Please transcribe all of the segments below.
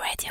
Radio.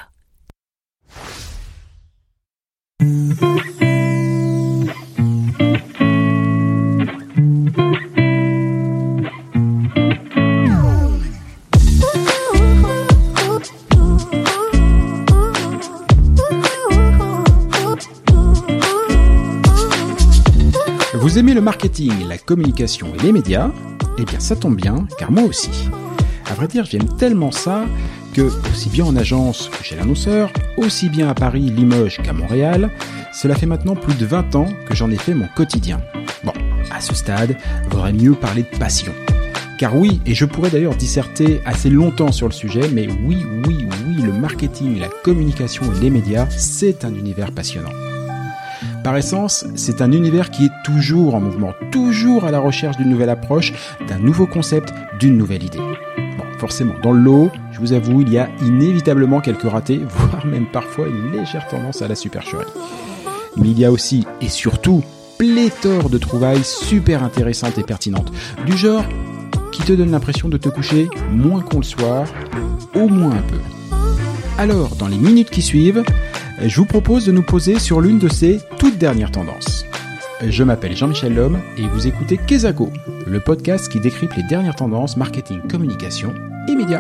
Vous aimez le marketing, la communication et les médias ? Eh bien ça tombe bien, car moi aussi. À vrai dire, j'aime tellement ça que, aussi bien en agence que chez l'annonceur, aussi bien à Paris, Limoges qu'à Montréal, cela fait maintenant plus de 20 ans que j'en ai fait mon quotidien. Bon, à ce stade, il vaudrait mieux parler de passion. Car oui, et je pourrais d'ailleurs disserter assez longtemps sur le sujet, mais oui, le marketing, la communication et les médias, c'est un univers passionnant. Par essence, c'est un univers qui est toujours en mouvement, toujours à la recherche d'une nouvelle approche, d'un nouveau concept, d'une nouvelle idée. Bon, forcément, dans le lot, je vous avoue, il y a inévitablement quelques ratés, voire même parfois une légère tendance à la supercherie. Mais il y a aussi, et surtout, pléthore de trouvailles super intéressantes et pertinentes, du genre qui te donne l'impression de te coucher moins con le soir, au moins un peu. Alors, dans les minutes qui suivent, je vous propose de nous poser sur l'une de ces toutes dernières tendances. Je m'appelle Jean-Michel Lhomme et vous écoutez Quesaco, le podcast qui décrypte les dernières tendances marketing, communication et médias.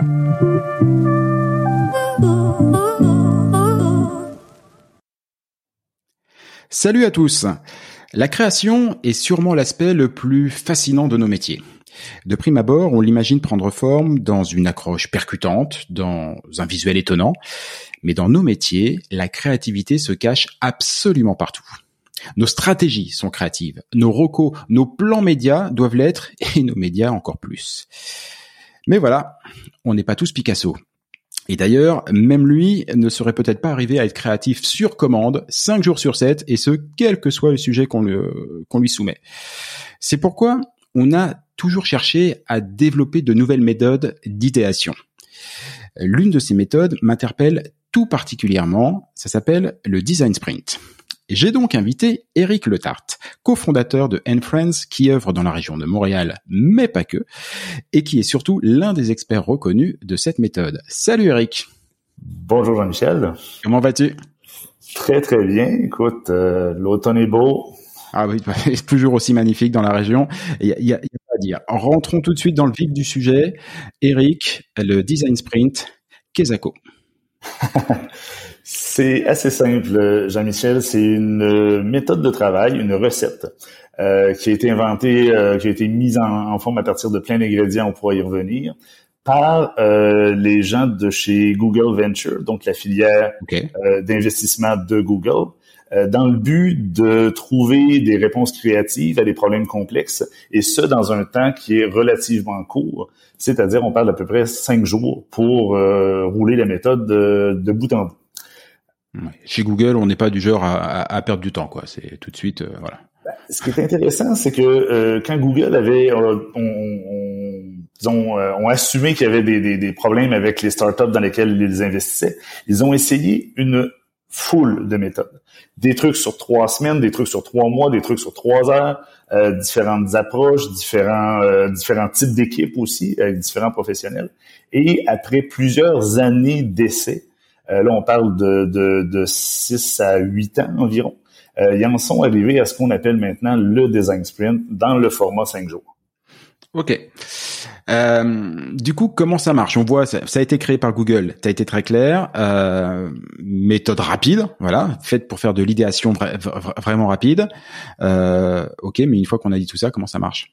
Salut à tous. La création est sûrement l'aspect le plus fascinant de nos métiers. De prime abord, on l'imagine prendre forme dans une accroche percutante, dans un visuel étonnant. Mais dans nos métiers, la créativité se cache absolument partout. Nos stratégies sont créatives, nos recos, nos plans médias doivent l'être et nos médias encore plus. Mais voilà, on n'est pas tous Picasso. Et d'ailleurs, même lui ne serait peut-être pas arrivé à être créatif sur commande, 5 jours sur 7, et ce, quel que soit le sujet qu'on lui soumet. C'est pourquoi on a toujours cherché à développer de nouvelles méthodes d'idéation. L'une de ces méthodes m'interpelle tout particulièrement, ça s'appelle le Design Sprint. J'ai donc invité Éric Letarte, cofondateur de &Friends, qui œuvre dans la région de Montréal, mais pas que, et qui est surtout l'un des experts reconnus de cette méthode. Salut Éric. Bonjour Jean-Michel. Comment vas-tu? Très très bien. Écoute, l'automne est beau. Ah oui, c'est toujours aussi magnifique dans la région. Il y a pas à dire. Rentrons tout de suite dans le vif du sujet. Éric, le Design Sprint, Quesaco. C'est assez simple, Jean-Michel. C'est une méthode de travail, une recette qui a été inventée, qui a été mise en forme à partir de plein d'ingrédients, on pourra y revenir, par les gens de chez Google Venture, donc la filière d'investissement de Google, dans le but de trouver des réponses créatives à des problèmes complexes, et ce, dans un temps qui est relativement court. C'est-à-dire, on parle d'à peu près 5 jours pour rouler la méthode de bout en bout. Chez Google, on n'est pas du genre à perdre du temps, quoi. C'est tout de suite, voilà. Ce qui est intéressant, c'est que quand Google avait, ont assumé qu'il y avait des problèmes avec les startups dans lesquelles ils investissaient, ils ont essayé une foule de méthodes. Des trucs sur 3 semaines, des trucs sur 3 mois, des trucs sur 3 heures, différentes approches, différents types d'équipes aussi, avec différents professionnels. Et après plusieurs années d'essais, là on parle de 6 à 8 ans environ, ils en sont arrivés à ce qu'on appelle maintenant le Design Sprint dans le format 5 jours. Ok. Du coup, comment ça marche? On voit, ça a été créé par Google. Ça a été très clair. Méthode rapide, voilà, faite pour faire de l'idéation vraiment rapide. Ok, mais une fois qu'on a dit tout ça, comment ça marche?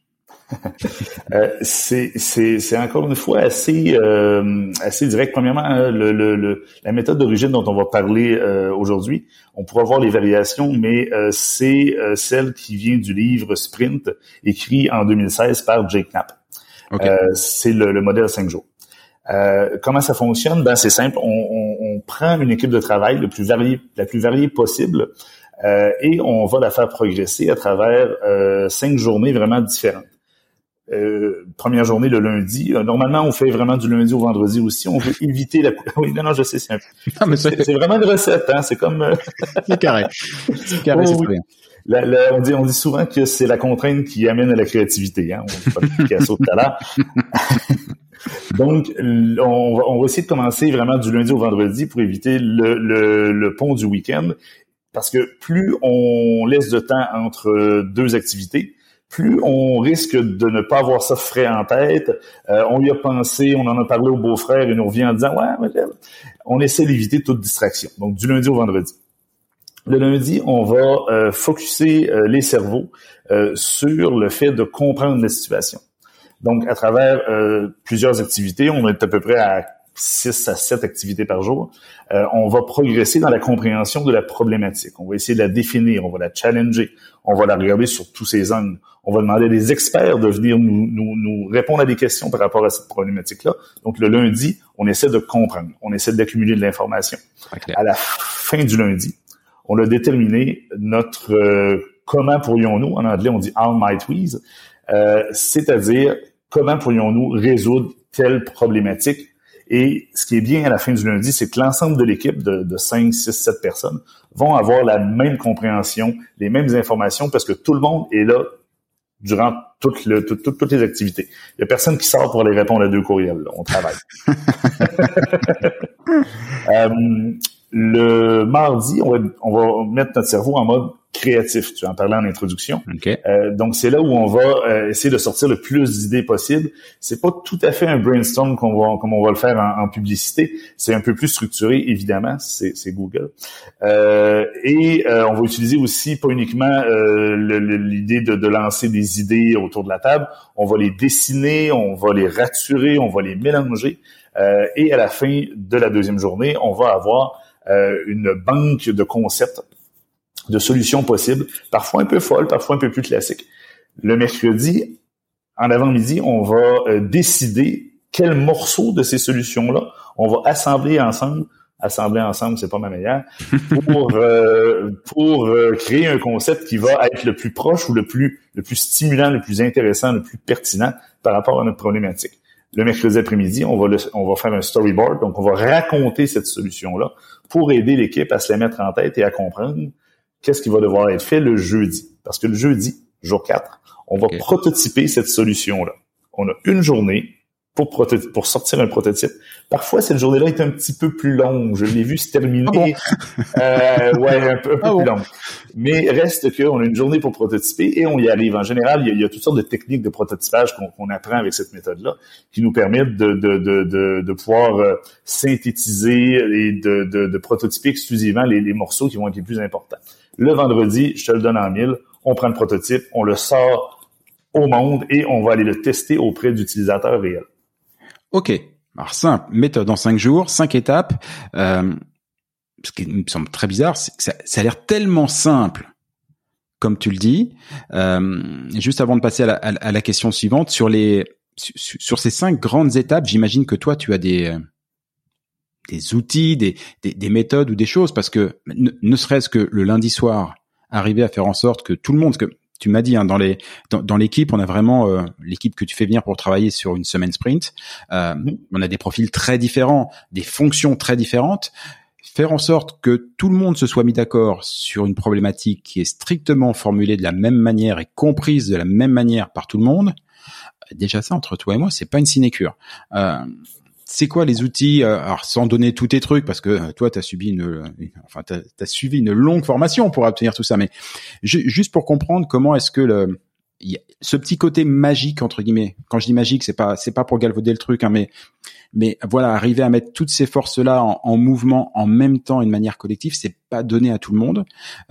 C'est encore une fois assez direct. Premièrement, la méthode d'origine dont on va parler aujourd'hui, on pourra voir les variations, mais c'est celle qui vient du livre Sprint, écrit en 2016 par Jake Knapp. Okay. C'est le modèle 5 jours. Comment ça fonctionne? Ben c'est simple. On prend une équipe de travail la plus variée possible, et on va la faire progresser à travers 5 journées vraiment différentes. Première journée le lundi. Normalement, on fait vraiment du lundi au vendredi aussi. On veut éviter la... Oui, non, je sais, c'est vraiment une recette, hein. C'est comme... C'est carré. C'est carré, c'est très bien. On dit souvent que c'est la contrainte qui amène à la créativité, hein. On dit pas de Picasso tout à l'heure. Donc, on va essayer de commencer vraiment du lundi au vendredi pour éviter le pont du week-end. Parce que plus on laisse de temps entre deux activités, plus on risque de ne pas avoir ça frais en tête. On y a pensé, on en a parlé au beau-frère, il nous revient en disant « Ouais, on essaie d'éviter toute distraction. » Donc, du lundi au vendredi. Le lundi, on va focusser les cerveaux sur le fait de comprendre la situation. Donc, à travers plusieurs activités, on est à peu près à 6 à 7 activités par jour, on va progresser dans la compréhension de la problématique. On va essayer de la définir, on va la challenger, on va la regarder sur tous ses angles. On va demander à des experts de venir nous répondre à des questions par rapport à cette problématique-là. Donc, le lundi, on essaie de comprendre, on essaie d'accumuler de l'information. Okay. À la fin du lundi, on a déterminé notre comment pourrions-nous, en anglais on dit « how might we », c'est-à-dire comment pourrions-nous résoudre telle problématique. Et ce qui est bien à la fin du lundi, c'est que l'ensemble de l'équipe de 5, 6, 7 personnes vont avoir la même compréhension, les mêmes informations, parce que tout le monde est là durant toutes les activités. Il y a personne qui sort pour aller répondre à 2 courriels. Là. On travaille. Le mardi, on va mettre notre cerveau en mode créatif. Tu en parlais en introduction. Okay. Donc, c'est là où on va essayer de sortir le plus d'idées possible. C'est pas tout à fait un brainstorm comme on va le faire en publicité. C'est un peu plus structuré, évidemment. C'est Google. Et on va utiliser aussi pas uniquement l'idée de lancer des idées autour de la table. On va les dessiner, on va les raturer, on va les mélanger. Et à la fin de la deuxième journée, on va avoir une banque de concepts, de solutions possibles, parfois un peu folles, parfois un peu plus classiques. Le mercredi, en avant-midi, on va décider quel morceau de ces solutions-là on va assembler ensemble. Assembler ensemble, c'est pas ma meilleure, pour créer un concept qui va être le plus proche ou le plus stimulant, le plus intéressant, le plus pertinent par rapport à notre problématique. Le mercredi après-midi, on va faire un storyboard, donc on va raconter cette solution-là pour aider l'équipe à se la mettre en tête et à comprendre qu'est-ce qui va devoir être fait le jeudi. Parce que le jeudi, jour 4, on va prototyper cette solution-là. On a une journée pour sortir un prototype. Parfois, cette journée-là est un petit peu plus longue. Je l'ai vu se terminer. Un peu plus longue. Mais reste qu'on a une journée pour prototyper et on y arrive. En général, il y a toutes sortes de techniques de prototypage qu'on apprend avec cette méthode-là qui nous permettent de pouvoir synthétiser et de prototyper exclusivement les morceaux qui vont être les plus importants. Le vendredi, je te le donne en 1000, on prend le prototype, on le sort au monde et on va aller le tester auprès d'utilisateurs réels. OK. Alors simple, méthode en 5 jours, 5 étapes. Ce qui me semble très bizarre, c'est que ça a l'air tellement simple, comme tu le dis. Juste avant de passer à la question suivante, sur ces 5 grandes étapes, j'imagine que toi, tu as des outils, des méthodes ou des choses, parce que ne serait-ce que le lundi soir, arriver à faire en sorte que tout le monde, que tu m'as dit, hein, dans l'équipe, on a vraiment l'équipe que tu fais venir pour travailler sur une semaine sprint. On a des profils très différents, des fonctions très différentes. Faire en sorte que tout le monde se soit mis d'accord sur une problématique qui est strictement formulée de la même manière et comprise de la même manière par tout le monde. Déjà ça, entre toi et moi, c'est pas une sinécure. C'est quoi les outils, alors sans donner tous tes trucs, parce que toi t'as suivi une longue formation pour obtenir tout ça, mais juste pour comprendre comment est-ce que ce petit côté magique entre guillemets, quand je dis magique, c'est pas pour galvauder le truc, hein, mais voilà, arriver à mettre toutes ces forces-là en mouvement en même temps, d'une manière collective, c'est pas donné à tout le monde.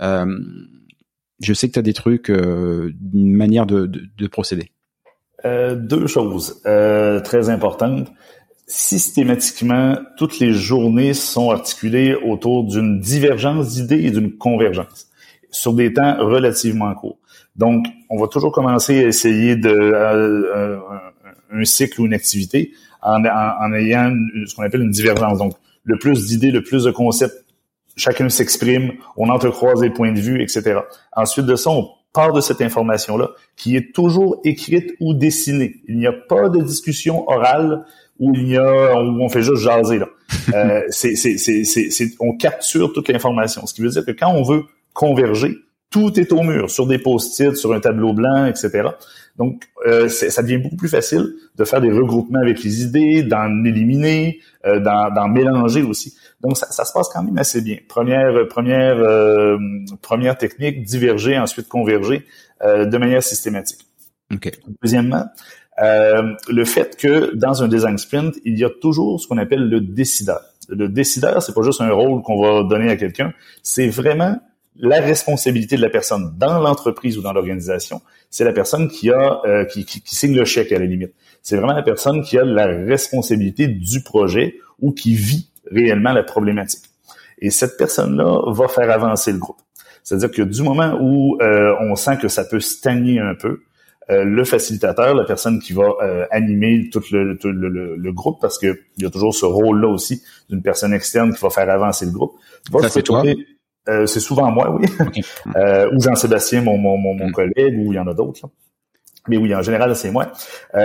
Je sais que t'as des trucs, une manière de procéder. 2 choses très importantes. Systématiquement, toutes les journées sont articulées autour d'une divergence d'idées et d'une convergence sur des temps relativement courts. Donc, on va toujours commencer à essayer un cycle ou une activité en ayant ce qu'on appelle une divergence. Donc, le plus d'idées, le plus de concepts, chacun s'exprime, on entrecroise les points de vue, etc. Ensuite de ça, on part de cette information-là qui est toujours écrite ou dessinée. Il n'y a pas de discussion orale où on fait juste jaser, là. On capture toute l'information. Ce qui veut dire que quand on veut converger, tout est au mur, sur des post-it, sur un tableau blanc, etc. Donc, ça devient beaucoup plus facile de faire des regroupements avec les idées, d'en éliminer, d'en mélanger aussi. Donc, ça se passe quand même assez bien. Première technique, diverger, ensuite converger de manière systématique. Okay. Deuxièmement, le fait que dans un design sprint, il y a toujours ce qu'on appelle le décideur. Le décideur, c'est pas juste un rôle qu'on va donner à quelqu'un, c'est vraiment la responsabilité de la personne dans l'entreprise ou dans l'organisation. C'est la personne qui signe le chèque à la limite. C'est vraiment la personne qui a la responsabilité du projet ou qui vit réellement la problématique. Et cette personne-là va faire avancer le groupe. C'est-à-dire que du moment où on sent que ça peut stagner un peu, le facilitateur, la personne qui va animer tout le groupe, parce que il y a toujours ce rôle-là aussi d'une personne externe qui va faire avancer le groupe. Ça, c'est toi? C'est souvent moi, oui. Okay. Ou Jean-Sébastien, mon collègue, ou il y en a d'autres. Là. Mais oui, en général, c'est moi.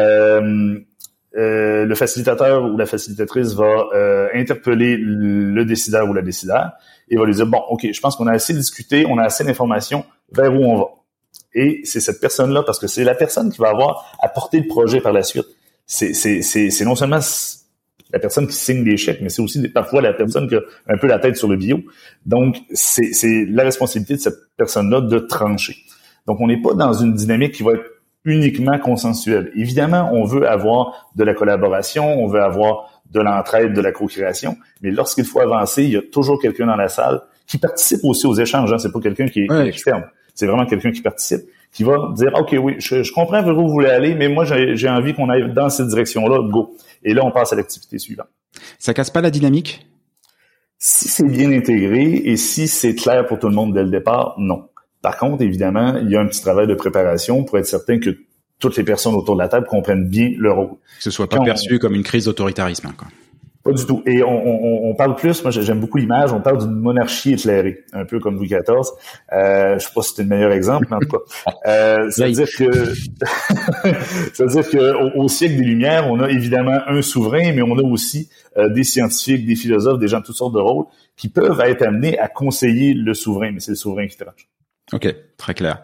Le facilitateur ou la facilitatrice va interpeller le décideur ou la décideur et va lui dire, bon, OK, je pense qu'on a assez discuté, on a assez d'informations, vers où on va? Et c'est cette personne-là, parce que c'est la personne qui va avoir à porter le projet par la suite. C'est non seulement la personne qui signe les chèques, mais c'est aussi parfois la personne qui a un peu la tête sur le bio. Donc, c'est la responsabilité de cette personne-là de trancher. Donc, on n'est pas dans une dynamique qui va être uniquement consensuelle. Évidemment, on veut avoir de la collaboration, on veut avoir de l'entraide, de la co-création, mais lorsqu'il faut avancer, il y a toujours quelqu'un dans la salle qui participe aussi aux échanges. Hein. C'est pas quelqu'un qui est externe. C'est vraiment quelqu'un qui participe, qui va dire, OK, oui, je comprends vers où vous voulez aller, mais moi, j'ai envie qu'on aille dans cette direction-là, go. Et là, on passe à l'activité suivante. Ça casse pas la dynamique? Si c'est bien intégré et si c'est clair pour tout le monde dès le départ, non. Par contre, évidemment, il y a un petit travail de préparation pour être certain que toutes les personnes autour de la table comprennent bien le rôle. Que ce soit pas perçu comme une crise d'autoritarisme, quoi. Pas du tout. Et on parle plus, moi j'aime beaucoup l'image, on parle d'une monarchie éclairée, un peu comme Louis XIV. Je sais pas si c'est le meilleur exemple, mais en tout cas. C'est-à-dire que au siècle des Lumières, on a évidemment un souverain, mais on a aussi des scientifiques, des philosophes, des gens de toutes sortes de rôles qui peuvent être amenés à conseiller le souverain, mais c'est le souverain qui tranche. OK, très clair.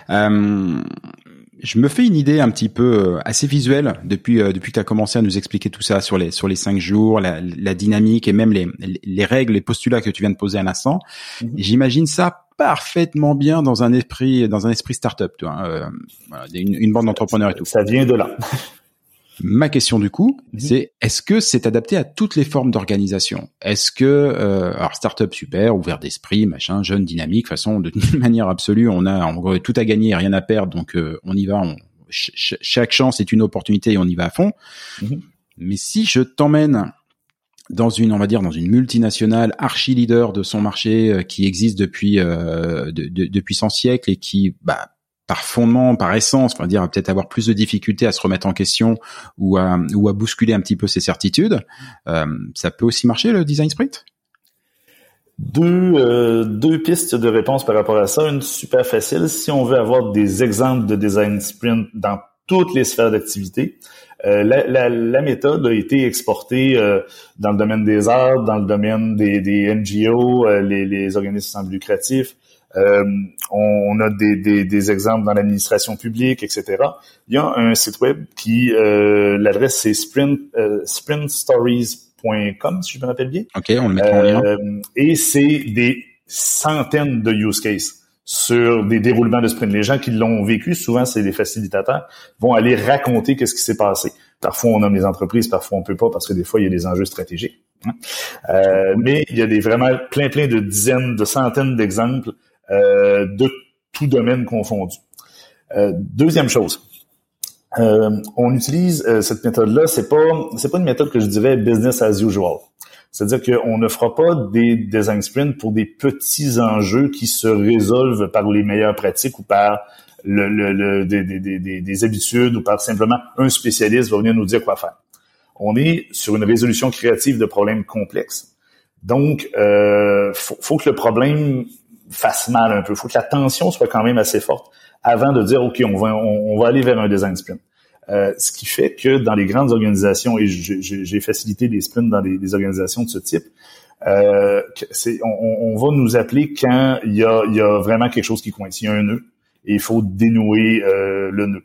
Je me fais une idée un petit peu assez visuelle depuis que tu as commencé à nous expliquer tout ça sur les 5 jours, la dynamique et même les règles, les postulats que tu viens de poser à l'instant. Mm-hmm. J'imagine ça parfaitement bien dans un esprit start-up, tu vois, voilà, une bande d'entrepreneurs et tout. Ça vient de là. Ma question du coup, c'est est-ce que c'est adapté à toutes les formes d'organisation? Est-ce que alors start-up super, ouvert d'esprit, machin, jeune, dynamique, de toute façon de manière absolue, on a tout à gagner, rien à perdre, donc on y va. Chaque chance est une opportunité et on y va à fond. Mm-hmm. Mais si je t'emmène dans une multinationale archi leader de son marché qui existe depuis 100 siècles et qui par fondement, par essence, on va dire, peut-être avoir plus de difficultés à se remettre en question ou à bousculer un petit peu ses certitudes. Ça peut aussi marcher, le design sprint? Deux pistes de réponse par rapport à ça. Une super facile. Si on veut avoir des exemples de design sprint dans toutes les sphères d'activité, la méthode a été exportée dans le domaine des arts, dans le domaine des NGO, les organismes sans but lucratif. On a des exemples dans l'administration publique, etc. Il y a un site web qui l'adresse c'est sprintstories.com, si je me rappelle bien. OK, on le met en lien. Et c'est des centaines de use cases sur des déroulements de sprint. Les gens qui l'ont vécu, souvent c'est les facilitateurs, vont aller raconter qu'est-ce qui s'est passé. Parfois on nomme les entreprises, parfois on peut pas parce que des fois il y a des enjeux stratégiques. Mais il y a vraiment plein de dizaines, de centaines d'exemples de tout domaine confondu. Deuxième chose, on utilise cette méthode-là, c'est pas une méthode que je dirais business as usual. C'est-à-dire qu'on ne fera pas des design sprints pour des petits enjeux qui se résolvent par les meilleures pratiques ou par des habitudes ou par simplement un spécialiste va venir nous dire quoi faire. On est sur une résolution créative de problèmes complexes. Donc, faut que le problème fasse mal un peu. Faut que la tension soit quand même assez forte avant de dire, OK, on va aller vers un design sprint. Ce qui fait que dans les grandes organisations, et j'ai facilité des sprints dans des organisations de ce type, On va nous appeler quand il y a vraiment quelque chose qui coince. Il y a un nœud et il faut dénouer le nœud.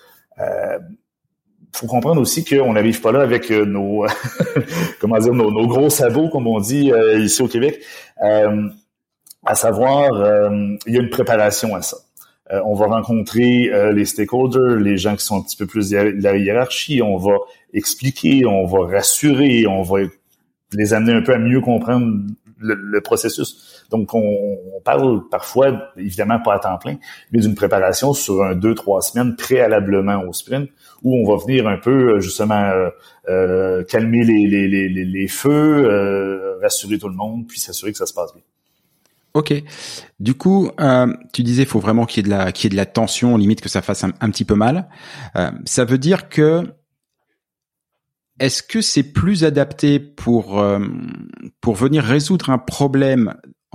Faut comprendre aussi qu'on n'arrive pas là avec nos nos gros sabots, comme on dit ici au Québec. À savoir, il y a une préparation à ça. On va rencontrer les stakeholders, les gens qui sont un petit peu plus de la hiérarchie. On va expliquer, on va rassurer, on va les amener un peu à mieux comprendre le processus. Donc, on parle parfois, évidemment pas à temps plein, mais d'une préparation sur 2-3 semaines préalablement au sprint, où on va venir un peu justement calmer les feux, rassurer tout le monde, puis s'assurer que ça se passe bien. Ok. Du coup, tu disais, faut vraiment qu'il y ait de la tension, limite que ça fasse un petit peu mal. Ça veut dire que est-ce que c'est plus adapté pour venir résoudre un problème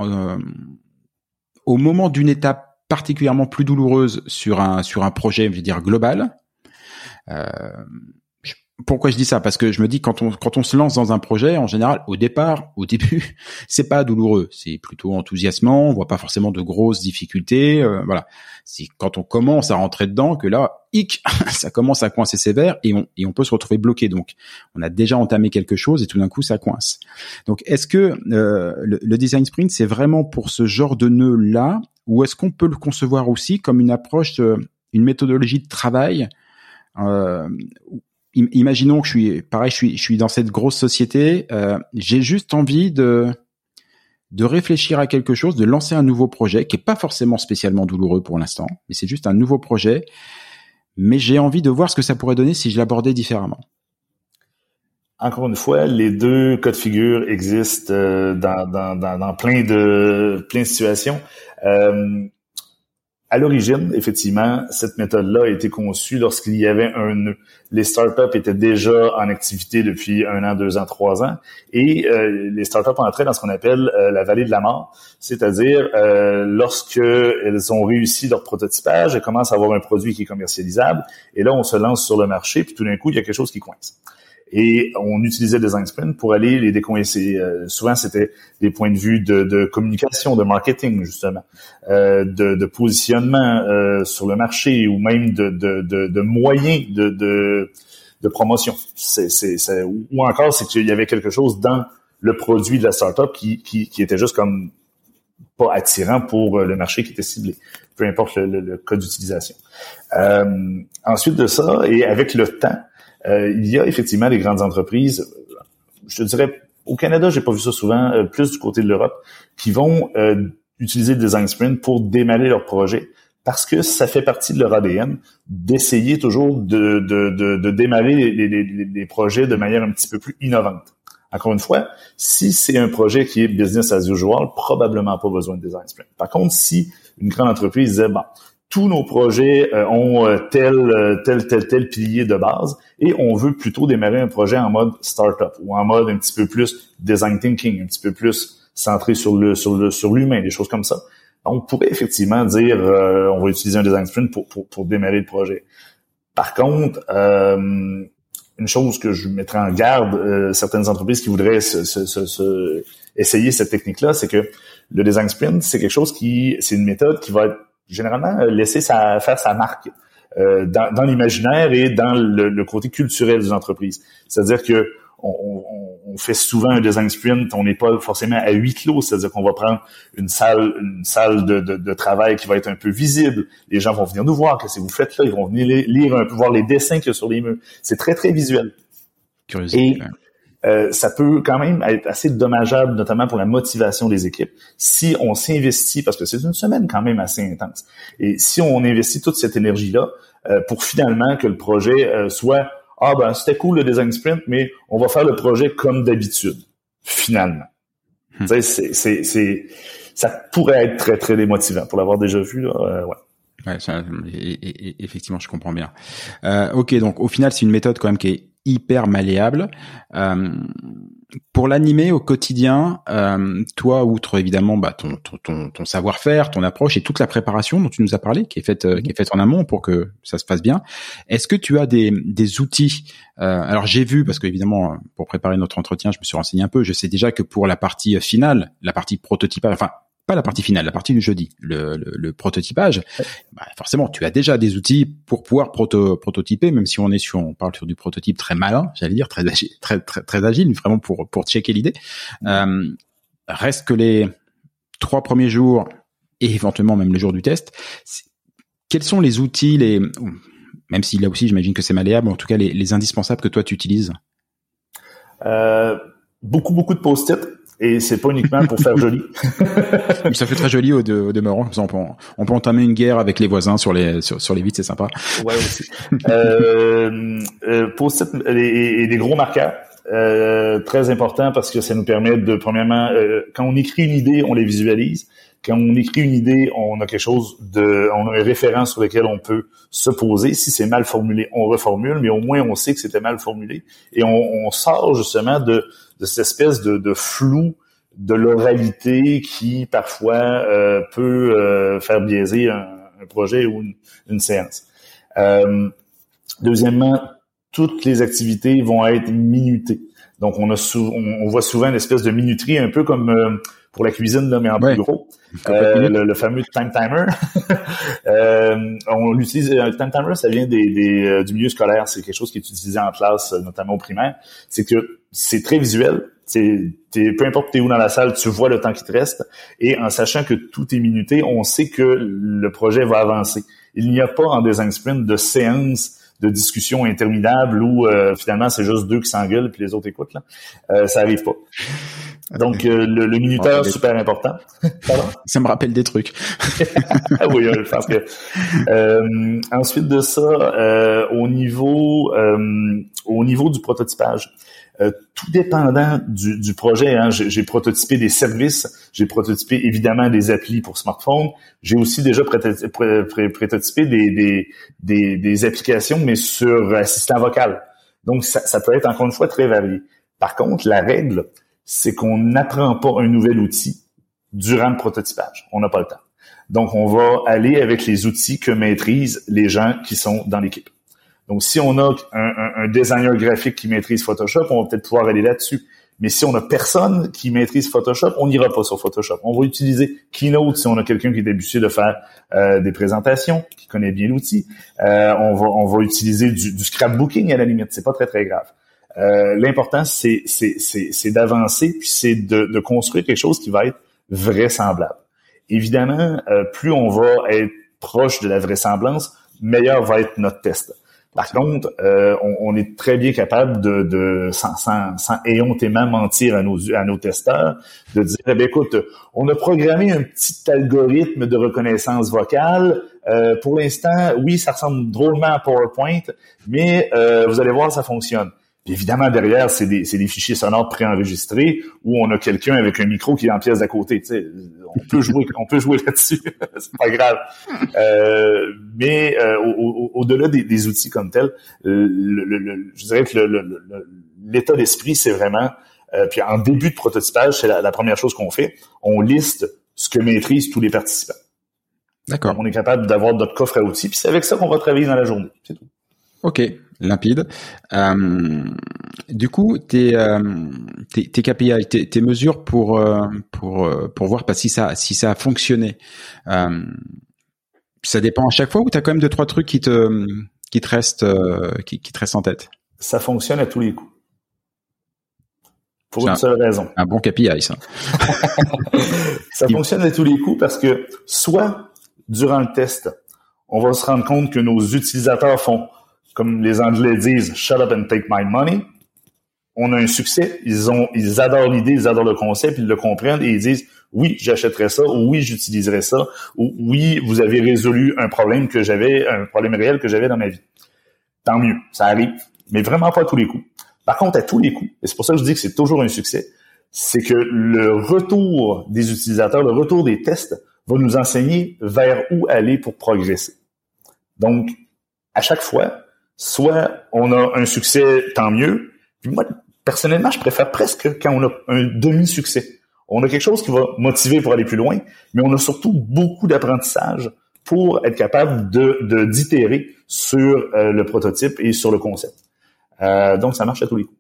au moment d'une étape particulièrement plus douloureuse sur un projet, je veux dire global? Pourquoi je dis ça? Parce que je me dis quand on se lance dans un projet, en général, au début, c'est pas douloureux, c'est plutôt enthousiasmant, on voit pas forcément de grosses difficultés, voilà. C'est quand on commence à rentrer dedans que là, ça commence à coincer sévère et on peut se retrouver bloqué. Donc, on a déjà entamé quelque chose et tout d'un coup, ça coince. Donc, est-ce que le design sprint, c'est vraiment pour ce genre de nœud-là, ou est-ce qu'on peut le concevoir aussi comme une approche, une méthodologie de travail? Imaginons que je suis dans cette grosse société, j'ai juste envie de réfléchir à quelque chose, de lancer un nouveau projet qui est pas forcément spécialement douloureux pour l'instant, mais c'est juste un nouveau projet, mais j'ai envie de voir ce que ça pourrait donner si je l'abordais différemment. Encore une fois, les deux cas de figure existent dans plein de situations. À l'origine, effectivement, cette méthode-là a été conçue lorsqu'il y avait un nœud. Les startups étaient déjà en activité depuis 1 an, 2 ans, 3 ans, et les startups entraient dans ce qu'on appelle la vallée de la mort, c'est-à-dire lorsque elles ont réussi leur prototypage, elles commencent à avoir un produit qui est commercialisable, et là, on se lance sur le marché, puis tout d'un coup, il y a quelque chose qui coince. Et on utilisait le design sprint pour aller les décoincer. Souvent, c'était des points de vue de communication, de marketing, justement, de positionnement sur le marché ou même de moyens de promotion. Ou encore, c'est qu'il y avait quelque chose dans le produit de la startup qui était juste comme pas attirant pour le marché qui était ciblé, peu importe le code d'utilisation. Ensuite de ça, et avec le temps, il y a effectivement les grandes entreprises, je te dirais, au Canada, j'ai pas vu ça souvent, plus du côté de l'Europe, qui vont utiliser le design sprint pour démarrer leur projet, parce que ça fait partie de leur ADN d'essayer toujours de démarrer les projets de manière un petit peu plus innovante. Encore une fois, si c'est un projet qui est business as usual, probablement pas besoin de design sprint. Par contre, si une grande entreprise disait, bon, tous nos projets ont tel pilier de base et on veut plutôt démarrer un projet en mode startup ou en mode un petit peu plus design thinking, un petit peu plus centré sur l'humain, des choses comme ça. On pourrait effectivement dire on va utiliser un design sprint pour démarrer le projet. Par contre, une chose que je mettrais en garde certaines entreprises qui voudraient essayer cette technique-là, c'est que le design sprint, c'est quelque chose c'est une méthode qui va être généralement laisser faire sa marque dans l'imaginaire et dans le côté culturel des entreprises. C'est-à-dire que on fait souvent un design sprint, on n'est pas forcément à huis clos, c'est-à-dire qu'on va prendre une salle de travail qui va être un peu visible. Les gens vont venir nous voir, qu'est-ce que vous faites là, ils vont venir lire un peu, voir les dessins qu'il y a sur les murs. C'est très, très visuel. Curiosité. Ça peut quand même être assez dommageable, notamment pour la motivation des équipes, si on s'investit, parce que c'est une semaine quand même assez intense, et si on investit toute cette énergie-là pour finalement que le projet soit « Ah ben, c'était cool le design sprint, mais on va faire le projet comme d'habitude, finalement. » Tu sais, ça pourrait être très, très démotivant. Pour l'avoir déjà vu, là, ouais. Ouais, effectivement, je comprends bien. Ok, donc au final, c'est une méthode quand même qui est hyper malléable. pour l'animer au quotidien, toi, outre évidemment ton savoir-faire, ton approche et toute la préparation dont tu nous as parlé, qui est faite en amont pour que ça se passe bien, est-ce que tu as des outils? Alors j'ai vu, parce que évidemment pour préparer notre entretien, je me suis renseigné un peu. Je sais déjà que pour la partie finale, la partie prototypage, enfin pas la partie finale, la partie du jeudi, le prototypage, forcément, tu as déjà des outils pour pouvoir prototyper, même si on parle sur du prototype très malin, j'allais dire, très agile, très agile, vraiment pour checker l'idée. Reste que les 3 premiers jours et éventuellement même le jour du test. Quels sont les outils, même si là aussi, j'imagine que c'est malléable, en tout cas, les indispensables que toi tu utilises? Beaucoup de post-it. Et c'est pas uniquement pour faire joli. Ça fait très joli au demeurant. On peut entamer une guerre avec les voisins sur les vitres, c'est sympa. Ouais, aussi. Post-it et des gros marqueurs. Très important parce que ça nous permet de, premièrement, quand on écrit une idée, on les visualise. Quand on écrit une idée, on a on a un référent sur lequel on peut se poser. Si c'est mal formulé, on reformule, mais au moins on sait que c'était mal formulé. Et on sort justement de cette espèce de flou de l'oralité qui parfois peut faire biaiser un projet ou une séance. Deuxièmement, toutes les activités vont être minutées. Donc on voit souvent une espèce de minuterie, un peu comme pour la cuisine, là, mais en plus gros. Le fameux time timer. On l'utilise, le time timer, ça vient du milieu scolaire. C'est quelque chose qui est utilisé en classe, notamment au primaire. C'est que c'est très visuel. Peu importe t'es où dans la salle, tu vois le temps qui te reste. Et en sachant que tout est minuté, on sait que le projet va avancer. Il n'y a pas en design sprint de séance de discussion interminable où finalement c'est juste 2 qui s'engueulent puis les autres écoutent. Là. Ça arrive pas. Donc le minuteur, super important. Pardon? Ça me rappelle des trucs. Oui, je pense que. Ensuite de ça, au niveau du prototypage, tout dépendant du projet, hein, j'ai prototypé des services, j'ai prototypé évidemment des applis pour smartphone, j'ai aussi déjà prototypé des applications, mais sur assistant vocal. Donc ça peut être encore une fois très varié. Par contre, la règle, c'est qu'on n'apprend pas un nouvel outil durant le prototypage. On n'a pas le temps. Donc, on va aller avec les outils que maîtrisent les gens qui sont dans l'équipe. Donc, si on a un designer graphique qui maîtrise Photoshop, on va peut-être pouvoir aller là-dessus. Mais si on a personne qui maîtrise Photoshop, on n'ira pas sur Photoshop. On va utiliser Keynote si on a quelqu'un qui est habitué de faire des présentations, qui connaît bien l'outil. On va utiliser du scrapbooking à la limite. C'est pas très, très grave. L'important, c'est d'avancer, puis c'est de construire quelque chose qui va être vraisemblable. Évidemment, plus on va être proche de la vraisemblance, meilleur va être notre test. Par contre, on est très bien capable de sans éhontément mentir à nos testeurs, de dire, eh bien, écoute, on a programmé un petit algorithme de reconnaissance vocale. Pour l'instant, oui, ça ressemble drôlement à PowerPoint, mais vous allez voir, ça fonctionne. Puis évidemment, derrière, c'est des fichiers sonores préenregistrés où on a quelqu'un avec un micro qui est en pièce d'à côté. Tu sais, on peut jouer là-dessus. C'est pas grave. Mais au-delà des outils comme tels, je dirais que l'état d'esprit, c'est vraiment. Puis en début de prototypage, c'est la première chose qu'on fait. On liste ce que maîtrisent tous les participants. D'accord. Donc, on est capable d'avoir notre coffre à outils. Puis c'est avec ça qu'on va travailler dans la journée. C'est tout. Ok, limpide. Du coup, tes KPI, tes mesures pour voir si ça a fonctionné. Ça dépend à chaque fois ou t'as quand même 2-3 trucs qui te restent en tête? Ça fonctionne à tous les coups. Pour une seule raison. Un bon KPI, ça. Ça fonctionne à tous les coups parce que soit durant le test, on va se rendre compte que nos utilisateurs font, comme les Anglais disent, shut up and take my money. On a un succès. Ils adorent l'idée, ils adorent le concept, ils le comprennent et ils disent, oui, j'achèterais ça, ou oui, j'utiliserais ça, ou oui, vous avez résolu un problème réel que j'avais dans ma vie. Tant mieux. Ça arrive. Mais vraiment pas à tous les coups. Par contre, à tous les coups, et c'est pour ça que je dis que c'est toujours un succès, c'est que le retour des utilisateurs, le retour des tests va nous enseigner vers où aller pour progresser. Donc, à chaque fois, soit on a un succès, tant mieux. Puis moi, personnellement, je préfère presque quand on a un demi-succès. On a quelque chose qui va motiver pour aller plus loin, mais on a surtout beaucoup d'apprentissage pour être capable d'itérer sur le prototype et sur le concept. Donc, ça marche à tous les coups.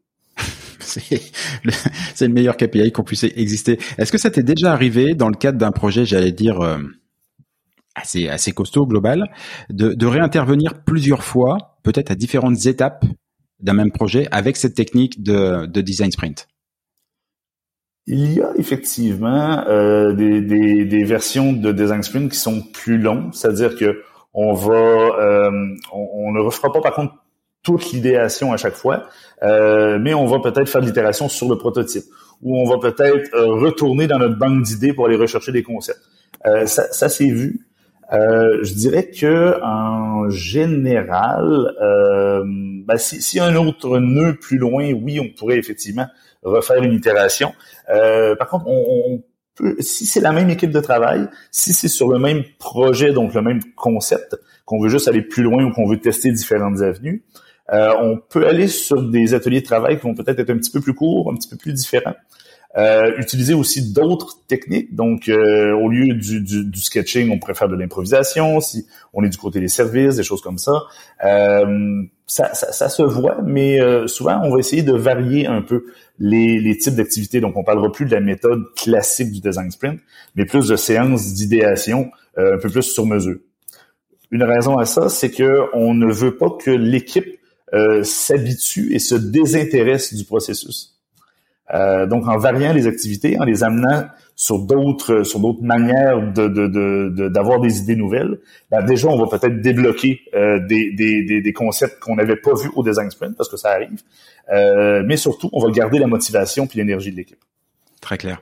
C'est le meilleur KPI qu'on puisse exister. Est-ce que ça t'est déjà arrivé dans le cadre d'un projet, j'allais dire, assez costaud, global, de réintervenir plusieurs fois, peut-être à différentes étapes d'un même projet avec cette technique de design sprint? Il y a effectivement des versions de design sprint qui sont plus longues, c'est-à-dire que on ne refera pas par contre toute l'idéation à chaque fois, mais on va peut-être faire de l'itération sur le prototype, ou on va peut-être retourner dans notre banque d'idées pour aller rechercher des concepts. Ça s'est vu. Je dirais que en général, s'il y a un autre nœud plus loin, oui, on pourrait effectivement refaire une itération. Par contre, on peut, si c'est la même équipe de travail, si c'est sur le même projet, donc le même concept, qu'on veut juste aller plus loin ou qu'on veut tester différentes avenues, on peut aller sur des ateliers de travail qui vont peut-être être un petit peu plus courts, un petit peu plus différents. Utiliser aussi d'autres techniques. Donc, au lieu du sketching, on pourrait faire de l'improvisation. Si on est du côté des services, des choses comme ça. Ça se voit, mais souvent, on va essayer de varier un peu les types d'activités. Donc, on parlera plus de la méthode classique du design sprint, mais plus de séances d'idéation, un peu plus sur mesure. Une raison à ça, c'est que on ne veut pas que l'équipe s'habitue et se désintéresse du processus. Donc, en variant les activités, en les amenant sur d'autres manières d'avoir des idées nouvelles, déjà, on va peut-être débloquer des concepts qu'on n'avait pas vus au design sprint, parce que ça arrive. Mais surtout, on va garder la motivation puis l'énergie de l'équipe. Très clair.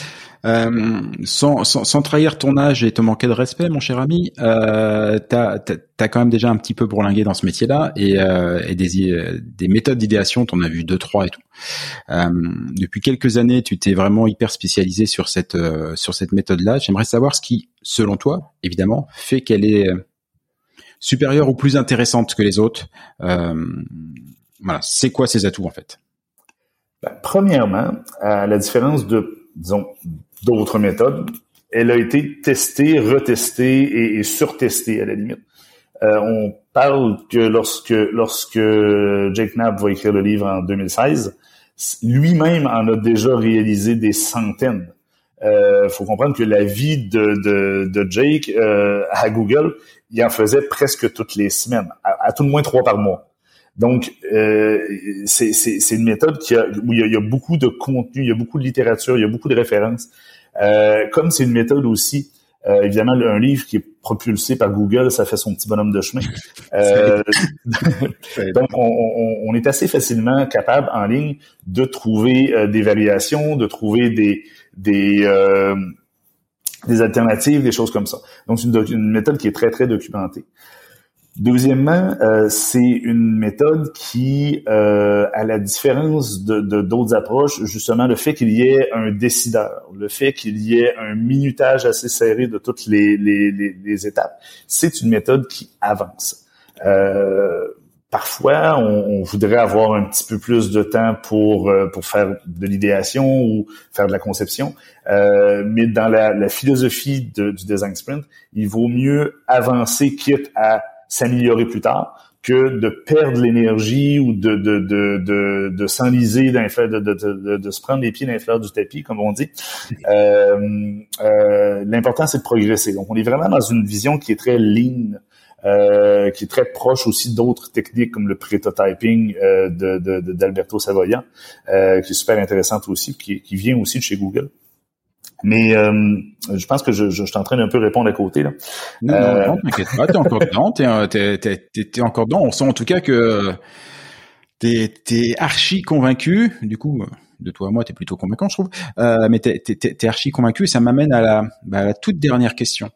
Sans trahir ton âge et te manquer de respect, mon cher ami, t'as quand même déjà un petit peu bourlingué dans ce métier-là et des méthodes d'idéation, t'en as vu 2-3 et tout. Depuis quelques années, tu t'es vraiment hyper spécialisé sur cette méthode-là. J'aimerais savoir ce qui, selon toi, évidemment, fait qu'elle est supérieure ou plus intéressante que les autres. Voilà, c'est quoi ses atouts en fait? Premièrement, à la différence d'autres méthodes, elle a été testée, retestée et surtestée à la limite. On parle que lorsque Jake Knapp va écrire le livre en 2016, lui-même en a déjà réalisé des centaines. Faut comprendre que la vie de Jake à Google, il en faisait presque toutes les semaines, à tout le moins 3 par mois. Donc, c'est une méthode où il y a beaucoup de contenu, il y a beaucoup de littérature, il y a beaucoup de références. Comme c'est une méthode aussi, évidemment, un livre qui est propulsé par Google, ça fait son petit bonhomme de chemin. Donc, on est assez facilement capable en ligne de trouver des variations, de trouver des alternatives, des choses comme ça. Donc, c'est une méthode qui est très, très documentée. Deuxièmement, c'est une méthode qui, à la différence d'autres approches, justement, le fait qu'il y ait un décideur, le fait qu'il y ait un minutage assez serré de toutes les étapes, c'est une méthode qui avance. Parfois, on voudrait avoir un petit peu plus de temps pour faire de l'idéation ou faire de la conception, mais dans la philosophie du design sprint, il vaut mieux avancer quitte à s'améliorer plus tard que de perdre l'énergie ou de s'enliser dans de se prendre les pieds dans les fleurs du tapis, comme on dit. L'important, c'est de progresser. Donc, on est vraiment dans une vision qui est très lean, qui est très proche aussi d'autres techniques comme le prototyping d'Alberto Savoia, qui est super intéressante aussi, qui vient aussi de chez Google. Mais je pense que je suis en train d'un peu répondre à côté là. Non, t'inquiète pas, t'es encore dedans, t'es encore dedans. On sent en tout cas que t'es archi convaincu. Du coup, de toi à moi, t'es plutôt convaincant, je trouve. Mais t'es archi convaincu et ça m'amène à la toute dernière question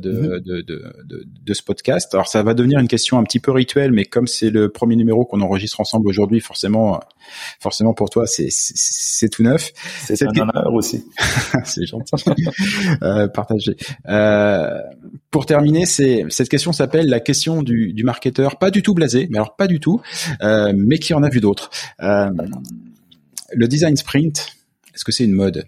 de ce podcast. Alors ça va devenir une question un petit peu rituelle, mais comme c'est le premier numéro qu'on enregistre ensemble aujourd'hui, forcément pour toi c'est tout neuf. C'est un honneur aussi. C'est gentil. Partagé. Pour terminer, cette question s'appelle la question du marketeur, pas du tout blasé, mais alors pas du tout, mais qui en a vu d'autres. Le design sprint, est-ce que c'est une mode?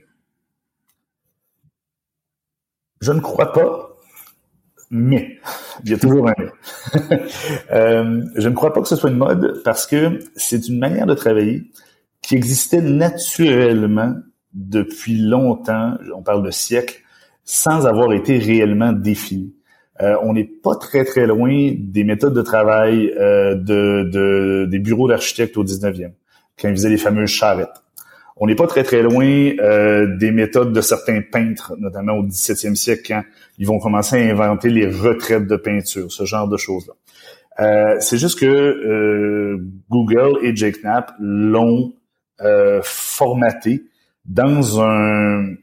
Je ne crois pas, mais il y a toujours un mais. Je ne crois pas que ce soit une mode parce que c'est une manière de travailler qui existait naturellement depuis longtemps, on parle de siècles, sans avoir été réellement définie. On n'est pas très très loin des méthodes de travail des bureaux d'architectes au 19e, quand ils faisaient les fameuses charrettes. On n'est pas très très loin des méthodes de certains peintres, notamment au 17e siècle, quand ils vont commencer à inventer les retraites de peinture, ce genre de choses-là. C'est juste que Google et Jake Knapp l'ont formaté dans une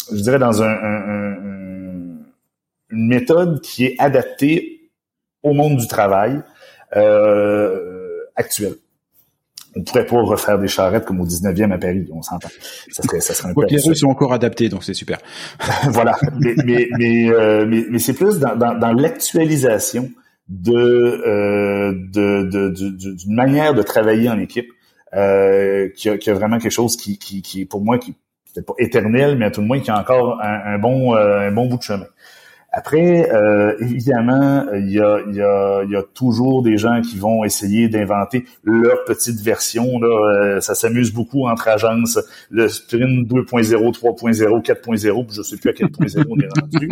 méthode qui est adaptée au monde du travail actuel. On pourrait pas refaire des charrettes comme au 19e à Paris, on s'entend. Ça serait un peu les rues sont encore adaptées, donc c'est super. Voilà. Mais c'est plus dans l'actualisation d'une manière de travailler en équipe, qui a vraiment quelque chose qui pour moi, qui peut-être pas éternel, mais à tout le moins qui a encore un bon bout de chemin. Après, évidemment, il y a toujours des gens qui vont essayer d'inventer leur petite version. Là, ça s'amuse beaucoup entre agences. Le sprint 2.0, 3.0, 4.0, je sais plus à quel point 0 on est rendu.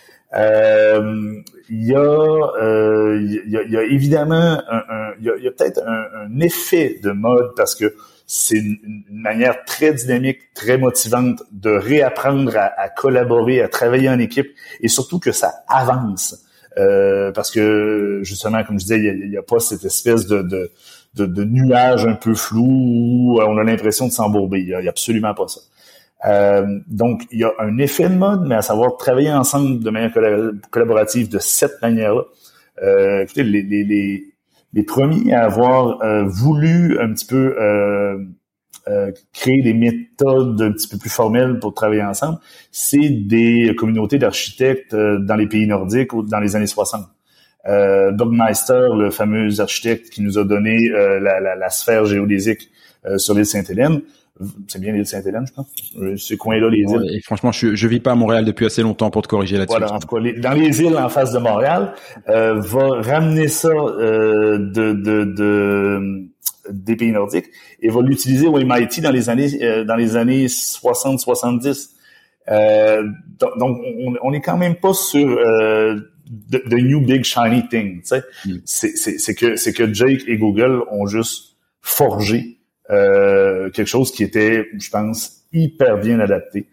Il y a évidemment il y a peut-être un effet de mode parce que c'est une manière très dynamique, très motivante de réapprendre à collaborer, à travailler en équipe et surtout que ça avance. Parce que, justement, comme je disais, il y a pas cette espèce de nuage un peu flou où on a l'impression de s'embourber. Il y a absolument pas ça. Donc, il y a un effet de mode, mais à savoir travailler ensemble de manière collaborative de cette manière-là. Écoutez, les premiers à avoir voulu un petit peu créer des méthodes un petit peu plus formelles pour travailler ensemble, c'est des communautés d'architectes dans les pays nordiques ou dans les années 60. Doug Meister, le fameux architecte qui nous a donné la sphère géodésique sur l'île Sainte-Hélène. C'est bien l'île Sainte-Hélène, je pense. Ce coin-là, les îles. Et franchement, je vis pas à Montréal depuis assez longtemps pour te corriger là-dessus. Voilà, en tout cas, dans les îles en face de Montréal, va ramener ça des pays nordiques et va l'utiliser au MIT dans les années 60-70. Donc, on est quand même pas sur the new big shiny thing, tu sais. C'est que Jake et Google ont juste forgé quelque chose qui était, je pense, hyper bien adapté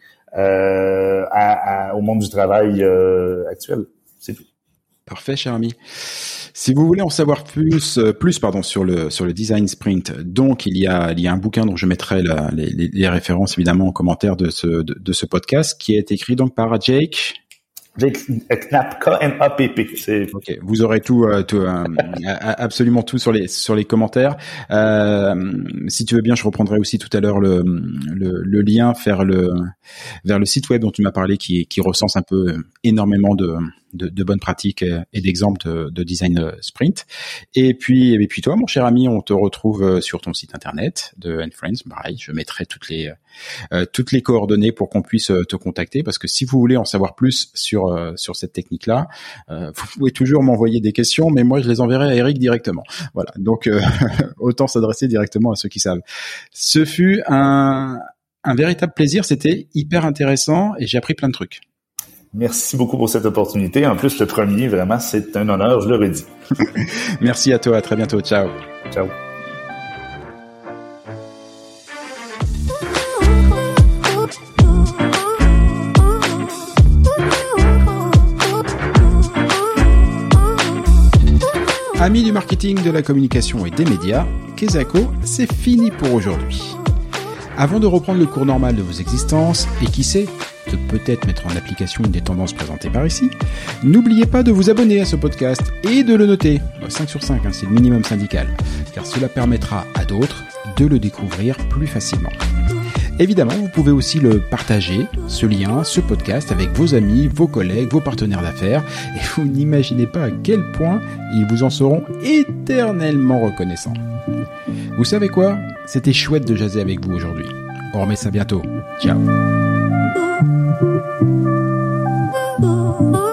au monde du travail actuel. C'est tout. Parfait, cher ami. Si vous voulez en savoir plus sur le design sprint, donc il y a un bouquin dont je mettrai les références évidemment en commentaire de ce podcast qui est écrit donc par Jake Knapp, K-N-A-P-P. Ok, vous aurez tout absolument tout sur les commentaires. Si tu veux bien, je reprendrai aussi tout à l'heure le lien vers le site web dont tu m'as parlé qui recense un peu énormément de bonnes pratiques et d'exemples de design sprint. Et puis toi, mon cher ami, on te retrouve sur ton site internet de &Friends. Pareil, je mettrai toutes les coordonnées pour qu'on puisse te contacter, parce que si vous voulez en savoir plus sur cette technique-là, vous pouvez toujours m'envoyer des questions, mais moi je les enverrai à Eric directement. Voilà, donc autant s'adresser directement à ceux qui savent. Ce fut un véritable plaisir, c'était hyper intéressant et j'ai appris plein de trucs. Merci beaucoup pour cette opportunité. En plus, le premier, vraiment, c'est un honneur, je le redis. Merci à toi, à très bientôt. Ciao. Ciao. Amis du marketing, de la communication et des médias, Kesako, c'est fini pour aujourd'hui. Avant de reprendre le cours normal de vos existences, et qui sait, de peut-être mettre en application une des tendances présentées par ici, n'oubliez pas de vous abonner à ce podcast et de le noter. 5 sur 5, c'est le minimum syndical, car cela permettra à d'autres de le découvrir plus facilement. Évidemment, vous pouvez aussi le partager, ce lien, ce podcast, avec vos amis, vos collègues, vos partenaires d'affaires, et vous n'imaginez pas à quel point ils vous en seront éternellement reconnaissants. Vous savez quoi ? C'était chouette de jaser avec vous aujourd'hui. On remet ça bientôt. Ciao.